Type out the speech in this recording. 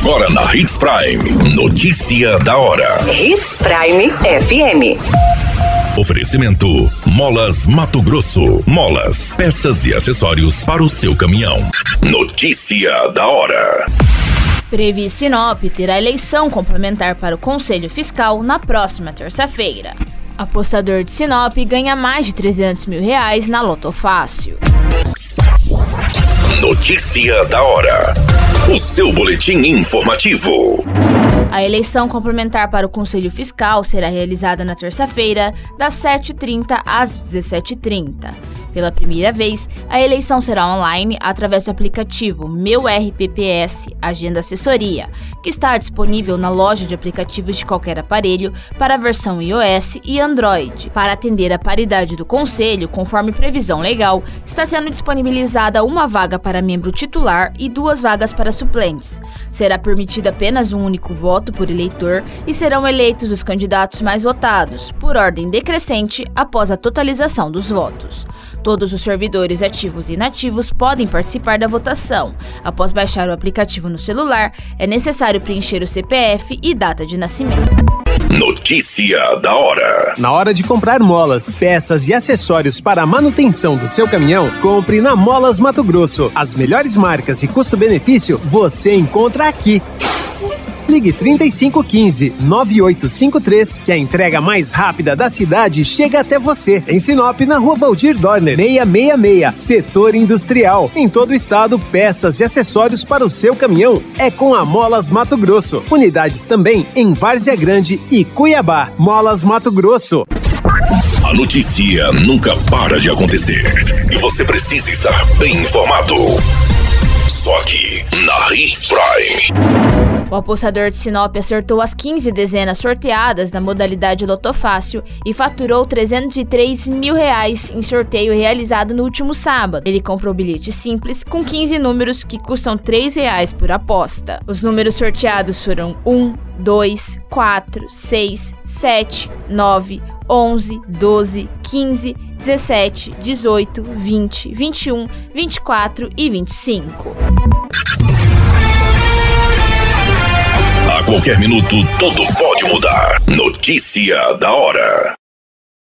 Agora na Hits Prime. Notícia da hora. Hits Prime FM. Oferecimento: Molas Mato Grosso. Molas, peças e acessórios para o seu caminhão. Notícia da hora. Previ Sinop terá eleição complementar para o Conselho Fiscal na próxima terça-feira. Apostador de Sinop ganha mais de R$300 mil na Loto Fácil. Notícia da hora. O seu boletim informativo. A eleição complementar para o Conselho Fiscal será realizada na terça-feira, das 7h30 às 17h30. Pela primeira vez, a eleição será online através do aplicativo Meu RPPS Agenda Assessoria, que está disponível na loja de aplicativos de qualquer aparelho para a versão iOS e Android. Para atender a paridade do Conselho, conforme previsão legal, está sendo disponibilizada uma vaga para membro titular e 2 vagas para suplentes. Será permitido apenas um único voto por eleitor e serão eleitos os candidatos mais votados, por ordem decrescente, após a totalização dos votos. Todos os servidores ativos e inativos podem participar da votação. Após baixar o aplicativo no celular, é necessário preencher o CPF e data de nascimento. Notícia da hora. Na hora de comprar molas, peças e acessórios para a manutenção do seu caminhão, compre na Molas Mato Grosso. As melhores marcas e custo-benefício você encontra aqui. Ligue 3515-9853, que a entrega mais rápida da cidade chega até você. Em Sinop, na Rua Valdir Dorner, 666, Setor Industrial. Em todo o estado, peças e acessórios para o seu caminhão é com a Molas Mato Grosso. Unidades também em Várzea Grande e Cuiabá. Molas Mato Grosso. A notícia nunca para de acontecer e você precisa estar bem informado. Só aqui, na Hits Prime. O apostador de Sinop acertou as 15 dezenas sorteadas na modalidade Loto Fácil e faturou R$303 mil em sorteio realizado no último sábado. Ele comprou bilhete simples com 15 números que custam R$3 por aposta. Os números sorteados foram 1, 2, 4, 6, 7, 9, 11, 12, 15, 17, 18, 20, 21, 24 e 25. A qualquer minuto, tudo pode mudar. Notícia da hora.